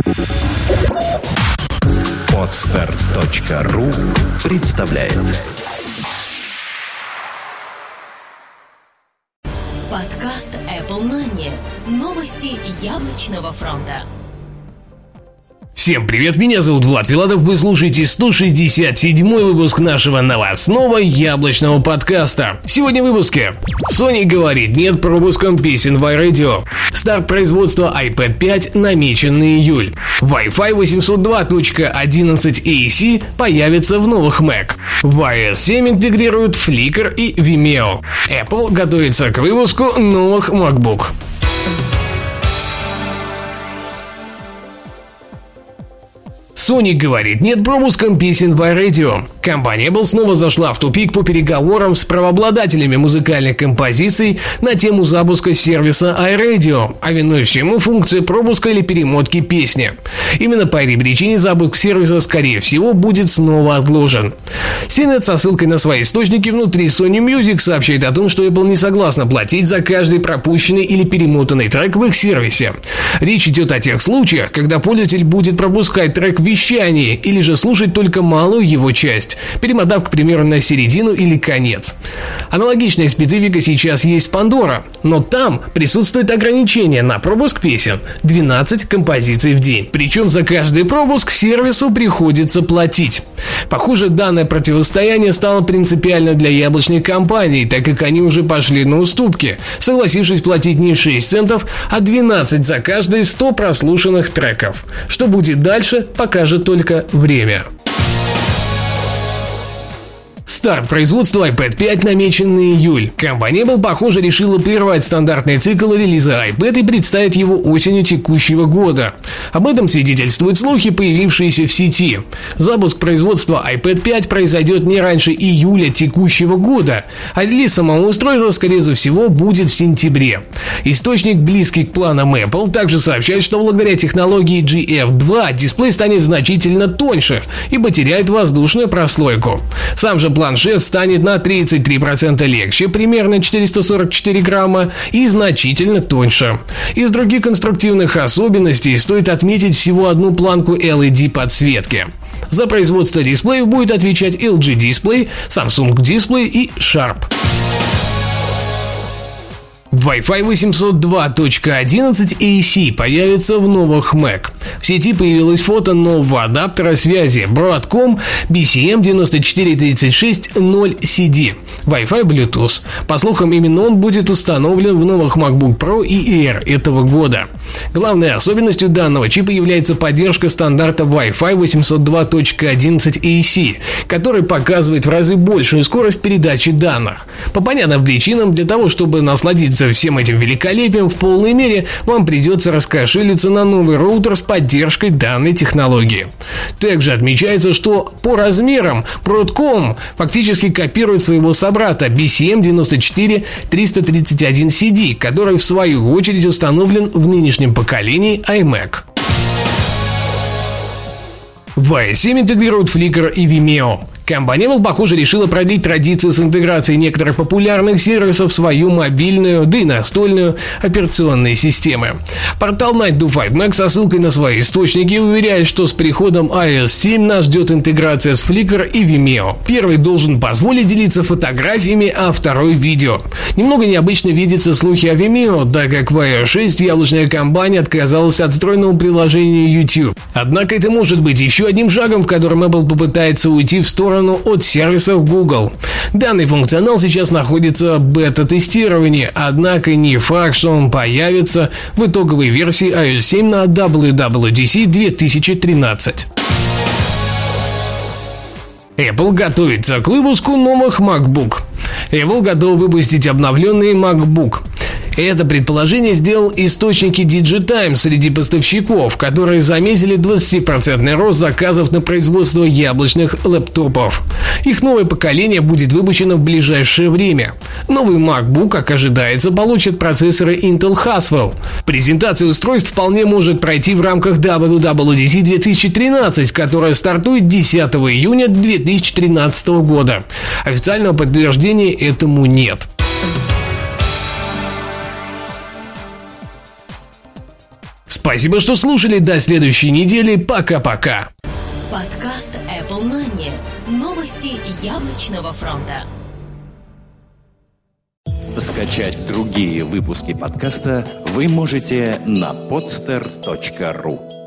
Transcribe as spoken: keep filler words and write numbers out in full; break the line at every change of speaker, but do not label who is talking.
Подстарт точка ру представляет
подкаст Apple Money. Новости яблочного фронта.
Всем привет, меня зовут Влад Виладов, вы слушаете сто шестьдесят седьмой выпуск нашего новостного яблочного подкаста. Сегодня в выпуске. Sony говорит нет пропускам песен в iRadio. Старт производства iPad пять намечен на июль. Wi-Fi восемьсот два точка одиннадцать эй си появится в новых Mac. В ай о эс семь интегрируют Flickr и Vimeo. Apple готовится к выпуску новых MacBook. Sony говорит нет пропускам песен в iRadio. Компания Apple снова зашла в тупик по переговорам с правообладателями музыкальных композиций на тему запуска сервиса iRadio, а виной всему функция пропуска или перемотки песни. Именно по этой причине запуск сервиса, скорее всего, будет снова отложен. си нет со ссылкой на свои источники внутри Sony Music сообщает о том, что Apple не согласна платить за каждый пропущенный или перемотанный трек в их сервисе. Речь идет о тех случаях, когда пользователь будет пропускать трек в вещании или же слушать только малую его часть, перемотав, к примеру, на середину или конец. Аналогичная специфика сейчас есть в Pandora, но там присутствует ограничение на пропуск песен – двенадцать композиций в день. Причем за каждый пропуск сервису приходится платить. Похоже, данное противостояние стало принципиально для яблочных компаний, так как они уже пошли на уступки, согласившись платить не шесть центов, а двенадцать за каждые сто прослушанных треков. Что будет дальше, покажет только время. Старт производства iPad пять намечен на июль. Компания Apple, похоже, решила прервать стандартный цикл релиза iPad и представить его осенью текущего года. Об этом свидетельствуют слухи, появившиеся в сети. Запуск производства iPad пять произойдет не раньше июля текущего года, а релиз самого устройства, скорее всего, будет в сентябре. Источник, близкий к планам Apple, также сообщает, что благодаря технологии джи эф два дисплей станет значительно тоньше и потеряет воздушную прослойку. Сам же планшет станет на тридцать три процента легче, примерно четыреста сорок четыре грамма, и значительно тоньше. Из других конструктивных особенностей стоит отметить всего одну планку эл и ди подсветки. За производство дисплеев будет отвечать эл джи Display, Samsung Display и Sharp. Wi-Fi восемьсот два точка одиннадцать эй си появится в новых Mac. В сети появилось фото нового адаптера связи Broadcom би си эм девяносто четыре тридцать шесть ноль си ди Wi-Fi Bluetooth. По слухам, именно он будет установлен в новых MacBook Pro и Air этого года. Главной особенностью данного чипа является поддержка стандарта Wi-Fi восемьсот два точка одиннадцать эй си, который показывает в разы большую скорость передачи данных. По понятным причинам, для того, чтобы насладиться всем этим великолепием в полной мере, вам придется раскошелиться на новый роутер с поддержкой данной технологии. Также отмечается, что по размерам Broadcom фактически копирует своего собрата би си эм девяносто четыре триста тридцать один си ди, который в свою очередь установлен в нынешнем поколении iMac. В ай о эс семь интегрируют Flickr и Vimeo. Компания Apple, похоже, решила продлить традицию с интеграцией некоторых популярных сервисов в свою мобильную, да и настольную операционные системы. Портал Night to five Mac со ссылкой на свои источники уверяет, что с приходом ай о эс семь нас ждет интеграция с Flickr и Vimeo. Первый должен позволить делиться фотографиями, а второй – видео. Немного необычно видятся слухи о Vimeo, так как в ай о эс шесть яблочная компания отказалась от встроенного приложения YouTube. Однако это может быть еще одним шагом, в котором Apple попытается уйти в сторону от сервисов Google. Данный функционал сейчас находится в бета-тестировании, однако не факт, что он появится в итоговой версии ай о эс семь на дабл ю дабл ю ди си две тысячи тринадцать. Apple готовится к выпуску новых MacBook. Apple готова выпустить обновленный MacBook. Это предположение сделал источники DigiTimes среди поставщиков, которые заметили двадцатипроцентный рост заказов на производство яблочных лэптопов. Их новое поколение будет выпущено в ближайшее время. Новый MacBook, как ожидается, получит процессоры Intel Haswell. Презентация устройств вполне может пройти в рамках дабл ю дабл ю ди си две тысячи тринадцать, которая стартует десятого июня две тысячи тринадцатого года. Официального подтверждения этому нет. С Спасибо, что слушали. До следующей недели. Пока-пока.
Подкаст Apple Money. Новости яблочного фронта.
Скачать другие выпуски подкаста вы можете на podster точка ру.